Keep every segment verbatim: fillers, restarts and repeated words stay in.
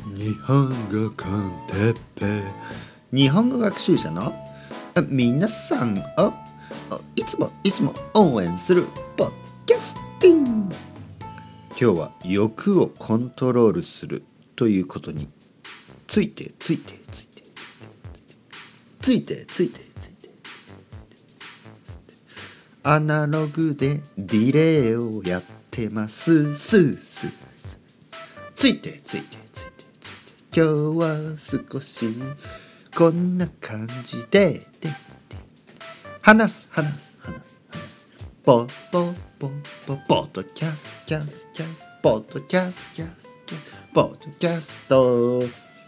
日本語コンテッペ日本語学習者の皆さんをいつもいつも応援するポッドキャスティング。今日は欲をコントロールするということについてついてついてついてついてついてアナログでディレイをやってますスースーついてついてついてついて今日は少しこんな感じででで話す話す話す話すポポポポポッドキャスキャスキャスポッドキャスキャスキャスポッドキャスト。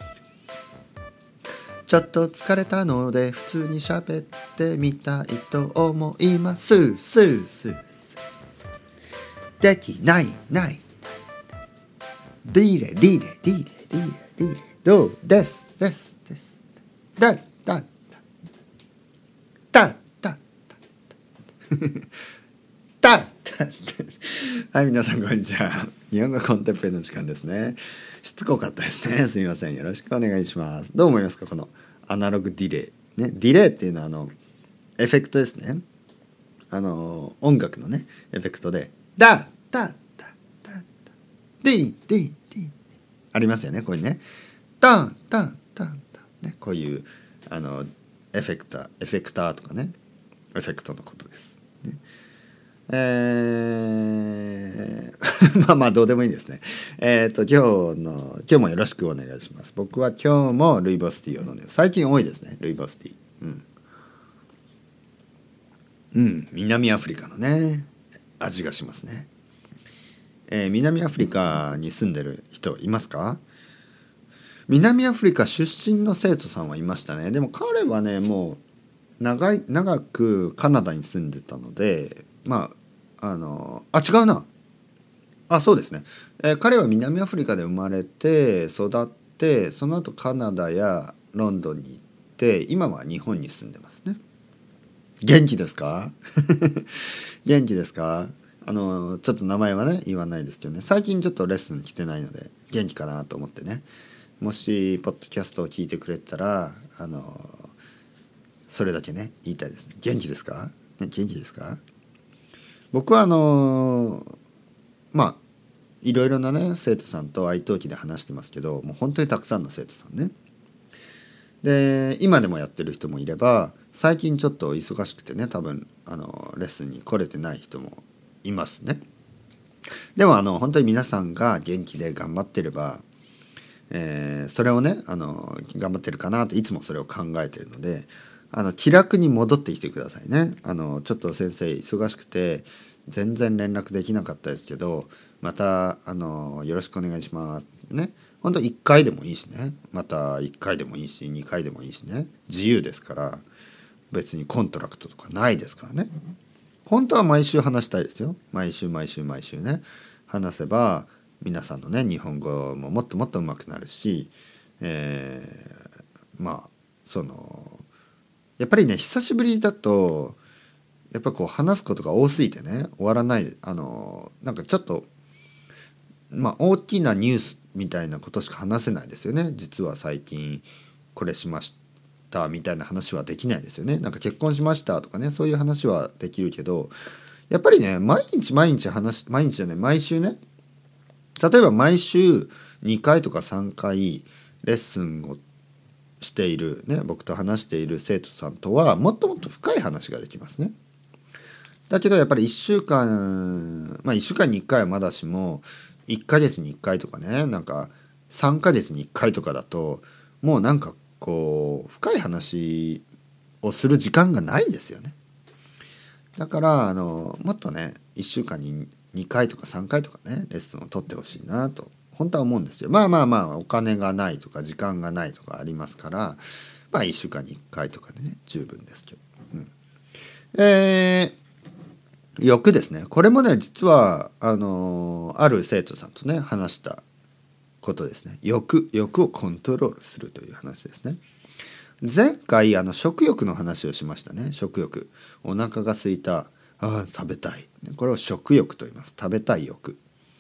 ちょっと疲れたので普通に喋ってみたいと思いますスースーできないないディレディレディレディレディレどうですですですだだだだだだだはい、皆さんこんにちは。日本語コンテッペイの時間ですね。しつこかったですね。すみません。よろしくお願いします。どう思いますか、このアナログディレイね。ディレイっていうのはあのエフェクトですね。あの音楽のねエフェクトでだだだだだディディディありますよね。こういうねダンダンダンダンね、こういうあのエフェクターエフェクターとかねエフェクトのことです、ね。えー、まあまあどうでもいいですね。えっと今日の今日もよろしくお願いします。僕は今日もルイボスティーを飲んでる。最近多いですね、ルイボスティー。うんうん、南アフリカのね味がしますね。えー、南アフリカに住んでる人いますか？南アフリカ出身の生徒さんはいましたね。でも彼はねもう長い長くカナダに住んでたので、まああのあ違うなあそうですね、えー、彼は南アフリカで生まれて育ってその後カナダやロンドンに行って今は日本に住んでますね。元気ですか？元気ですか？あのちょっと名前はね言わないですけどね、最近ちょっとレッスン来てないので元気かなと思ってね、もしポッドキャストを聞いてくれたらあのそれだけね言いたいですね。元気ですか？ね、元気ですか？僕はあのまあいろいろなね生徒さんと愛登記で話してますけど、もう本当にたくさんの生徒さんね。で今でもやってる人もいれば最近ちょっと忙しくてね多分あのレッスンに来れてない人もいますね。でもあの本当に皆さんが元気で頑張ってれば、えー、それをねあの頑張ってるかなといつもそれを考えてるので、あの気楽に戻ってきてくださいね。あのちょっと先生忙しくて全然連絡できなかったですけどまたあのよろしくお願いしますね。本当いっかいでもいいしね、またいっかいでもいいしにかいでもいいしね、自由ですから別にコントラクトとかないですからね。本当は毎週話したいですよ。毎週毎週毎週ね話せば皆さんのね日本語ももっともっと上手くなるし、えー、まあそのやっぱりね久しぶりだとやっぱこう話すことが多すぎてね終わらない、あのなんかちょっとまあ大きなニュースみたいなことしか話せないですよね。実は最近これしましたみたいな話はできないですよね。なんか結婚しましたとかねそういう話はできるけど、やっぱりね毎日毎日話毎日じゃない毎週ね、例えば毎週にかいとかさんかいレッスンをしているね僕と話している生徒さんとはもっともっと深い話ができますね。だけどやっぱりいっしゅうかんまあいっしゅうかんにいっかいはまだしもいっかげつにいっかいとかねなんかさんかげつにいっかいとかだともうなんかこう深い話をする時間がないですよね。だからあのもっとねいっしゅうかんににかいとかさんかいとかねレッスンを取ってほしいなと本当は思うんですよ。まあまあまあお金がないとか時間がないとかありますからまあいっしゅうかんにいっかいとかでね十分ですけど、うん、えー欲ですね。これもね実はあのある生徒さんとね話したことですね。欲欲をコントロールするという話ですね。前回あの食欲の話をしましたね。食欲、お腹が空いた、あ食べたい、これを食欲と言います。食べたい欲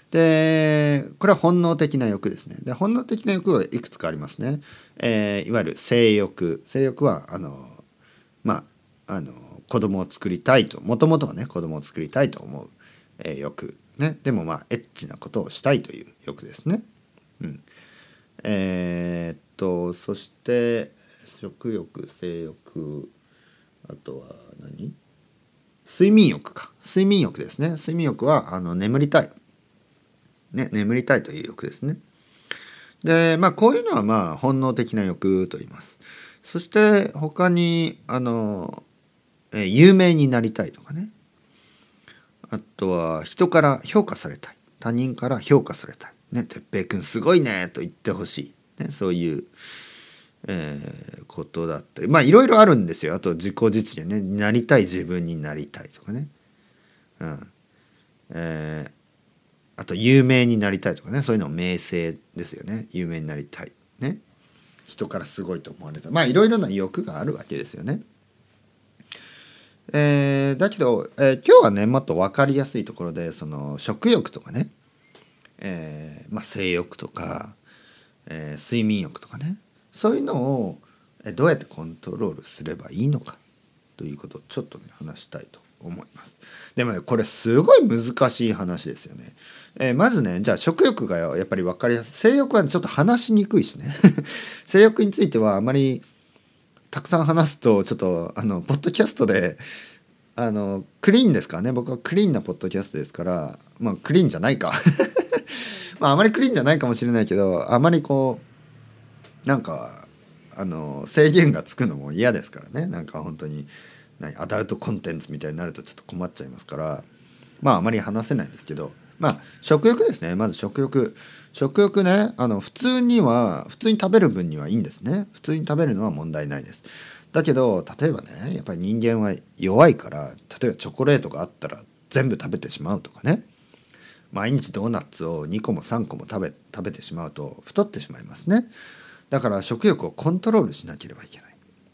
でこれは本能的な欲ですね。で本能的な欲はいくつかありますね。えー、いわゆる性欲。性欲はあのまああの子供を作りたいと、もともとはね子供を作りたいと思う、えー、欲ね。でもまあエッチなことをしたいという欲ですね。うん、えー、っとそして食欲、性欲、あとは何？睡眠欲か。睡眠欲ですね。睡眠欲はあの眠りたい、ね、眠りたいという欲ですね。でまあこういうのはまあ本能的な欲と言います。そして他にあの、えー有名になりたいとかね。あとは人から評価されたい。他人から評価されたい。ね、てっぺいくんすごいねと言ってほしい。ね、そういう、えーことだったり。まあいろいろあるんですよ。あと自己実現ね。なりたい自分になりたいとかね。うん。えーあと有名になりたいとかね。そういうの名声ですよね。有名になりたい。ね。人からすごいと思われた。まあいろいろな欲があるわけですよね。えーだけど、えー今日はねもっと分かりやすいところでその食欲とかね、えーまあ、性欲とか、えー睡眠欲とかね、そういうのをえーどうやってコントロールすればいいのかということをちょっとね話したいと思います。でもねこれすごい難しい話ですよね。えーまずねじゃあ食欲がやっぱり分かりやすい。性欲はちょっと話しにくいしね性欲についてはあまりたくさん話すとちょっとあのポッドキャストであのクリーンですからね。僕はクリーンなポッドキャストですから、まあクリーンじゃないかまああまりクリーンじゃないかもしれないけど、あまりこうなんかあの制限がつくのも嫌ですからね。なんか本当に何アダルトコンテンツみたいになるとちょっと困っちゃいますから、まああまり話せないんですけど、まあ食欲ですね。まず食欲。食欲ね、あの普通には普通に食べる分にはいいんですね。普通に食べるのは問題ないです。だけど例えばねやっぱり人間は弱いから、例えばチョコレートがあったら全部食べてしまうとかね、毎日ドーナツをにこもさんこも食べ食べてしまうと太ってしまいますね。だから食欲をコントロールしなければいけない。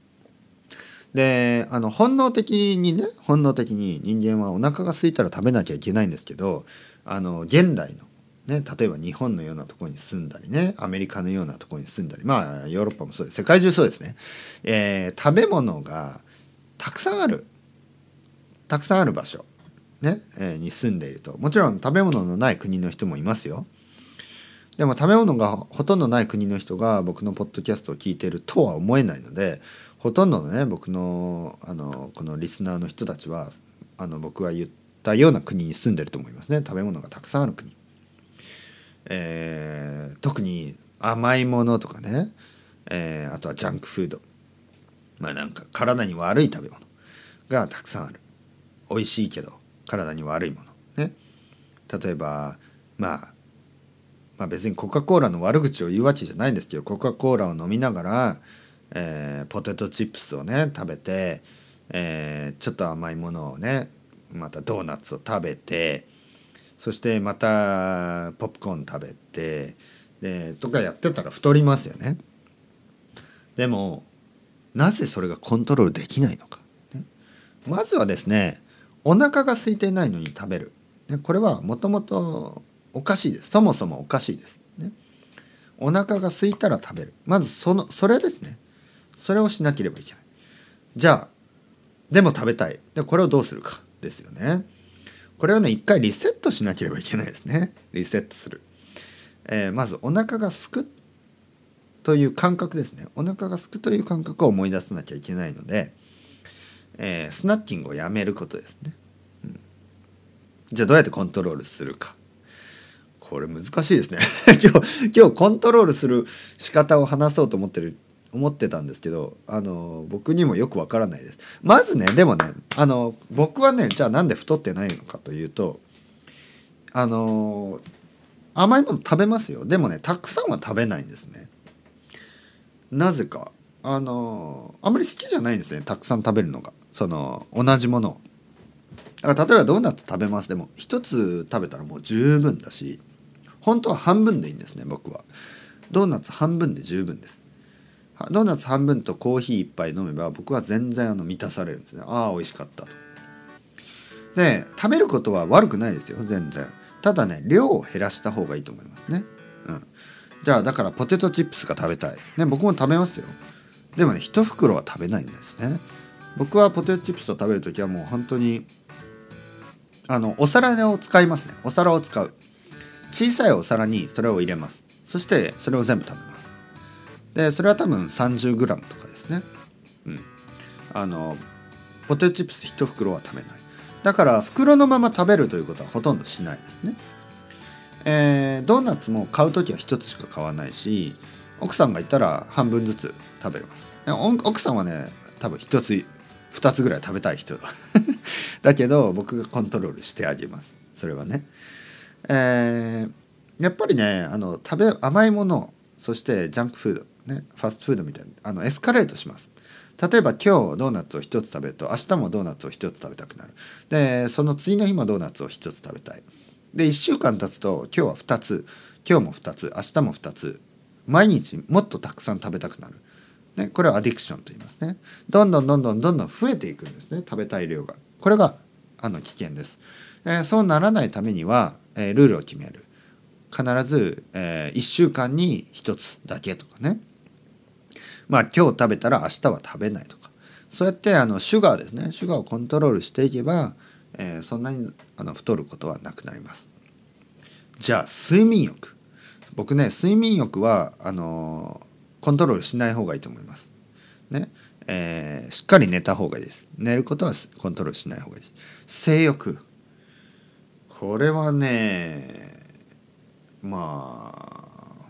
であの本能的にね本能的に人間はお腹が空いたら食べなきゃいけないんですけど、あの現代のね、例えば日本のようなところに住んだりね、アメリカのようなところに住んだり、まあヨーロッパもそうです、世界中そうですね、えー食べ物がたくさんあるたくさんある場所、ねえーに住んでいると、もちろん食べ物のない国の人もいますよ。でも食べ物がほとんどない国の人が僕のポッドキャストを聞いているとは思えないので、ほとんどのね僕のあのこのリスナーの人たちはあの僕が言ったような国に住んでると思いますね。食べ物がたくさんある国、えー特に甘いものとかね、えーあとはジャンクフード、まあなんか体に悪い食べ物がたくさんある。美味しいけど体に悪いものね。例えばまあまあ別にコカ・コーラの悪口を言うわけじゃないんですけど、コカ・コーラを飲みながら、えーポテトチップスをね食べて、えーちょっと甘いものをね、またドーナツを食べて、そしてまたポップコーン食べてでとかやってたら太りますよね。でもなぜそれがコントロールできないのか、ね、まずはですね、お腹が空いていないのに食べる、ね、これはもともとおかしいです。そもそもおかしいです、ね、お腹が空いたら食べる、まずそのそれですね。それをしなければいけない。じゃあでも食べたい、でこれをどうするかですよね。これはね一回リセットしなければいけないですね。リセットする、えーまずお腹がすくという感覚ですね。お腹がすくという感覚を思い出さなきゃいけないので、えースナッキングをやめることですね、うん、じゃあどうやってコントロールするか。これ難しいですね今日今日コントロールする仕方を話そうと思ってる思ってたんですけど、あの僕にもよくわからないです。まずね、でもね、あの僕はね、じゃあなんで太ってないのかというと、あの甘いもの食べますよ。でもねたくさんは食べないんですね。なぜかあのあんまり好きじゃないんですね、たくさん食べるのが。その同じものを、だから例えばドーナツ食べます。でも一つ食べたらもう十分だし、本当は半分でいいんですね。僕はドーナツ半分で十分です。ドーナツ半分とコーヒー一杯飲めば僕は全然あの満たされるんですね。ああ美味しかったと。で食べることは悪くないですよ、全然。 ただね量を減らした方がいいと思いますね。うん、じゃあだからポテトチップスが食べたい、ね、僕も食べますよ。でもね一袋は食べないんですね。僕はポテトチップスを食べるときはもう本当にあのお皿を使いますね。お皿を使う。小さいお皿にそれを入れます。そしてそれを全部食べます。でそれは多分 さんじゅうグラム とかですね。うん、あのポテトチップス一袋は食べない。だから袋のまま食べるということはほとんどしないですね。えー、ドーナツも買うときは一つしか買わないし、奥さんがいたら半分ずつ食べます。奥さんはね多分一つ二つぐらい食べたい人だだけど僕がコントロールしてあげます。それはね、えー、やっぱりねあの食べ甘いもの、そしてジャンクフード、ね、ファストフードみたいなあのエスカレートします。例えば今日ドーナツを一つ食べると明日もドーナツを一つ食べたくなる。でその次の日もドーナツを一つ食べたい。でいっしゅうかん経つと今日はふたつ、今日もふたつ、明日もふたつ、毎日もっとたくさん食べたくなる、ね、これはアディクションと言いますね。どんどんどんどんどんどん増えていくんですね、食べたい量が。これがあの危険です。えー、そうならないためには、えー、ルールを決める。必ず、えー、いっしゅうかんにひとつだけとかね。まあ今日食べたら明日は食べないとか、そうやってあのシュガーですね、シュガーをコントロールしていけば、えー、そんなにあの太ることはなくなります。じゃあ睡眠欲。僕ね睡眠欲はあのー、コントロールしない方がいいと思いますね。えー、しっかり寝た方がいいです。寝ることはコントロールしない方がいいです。性欲、これはねまあ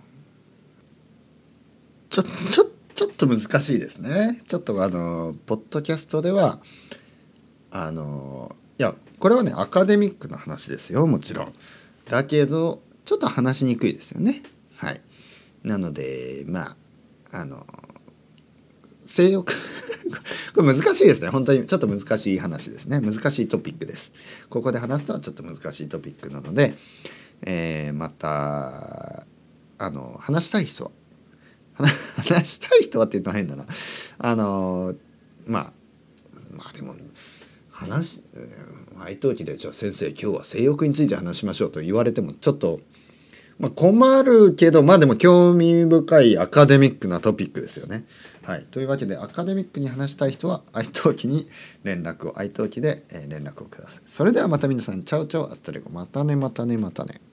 ちょちょちょっと難しいですね。ちょっとあのポッドキャストではあのいやこれはねアカデミックな話ですよ、もちろん。だけどちょっと話しにくいですよね。はい。なのでまああの性欲これ難しいですね。本当にちょっと難しい話ですね。難しいトピックです。ここで話すのはちょっと難しいトピックなので、えー、またあの話したい人は話したい人はって言うのは変だな。あのまあまあでも話愛登記でじゃあ先生今日は性欲について話しましょうと言われてもちょっと、まあ、困るけどまあでも興味深いアカデミックなトピックですよね。はい、というわけでアカデミックに話したい人は愛登記に連絡を愛登記で連絡をください。それではまた皆さんチャオチャオアストレゴ、またねまたねまたね。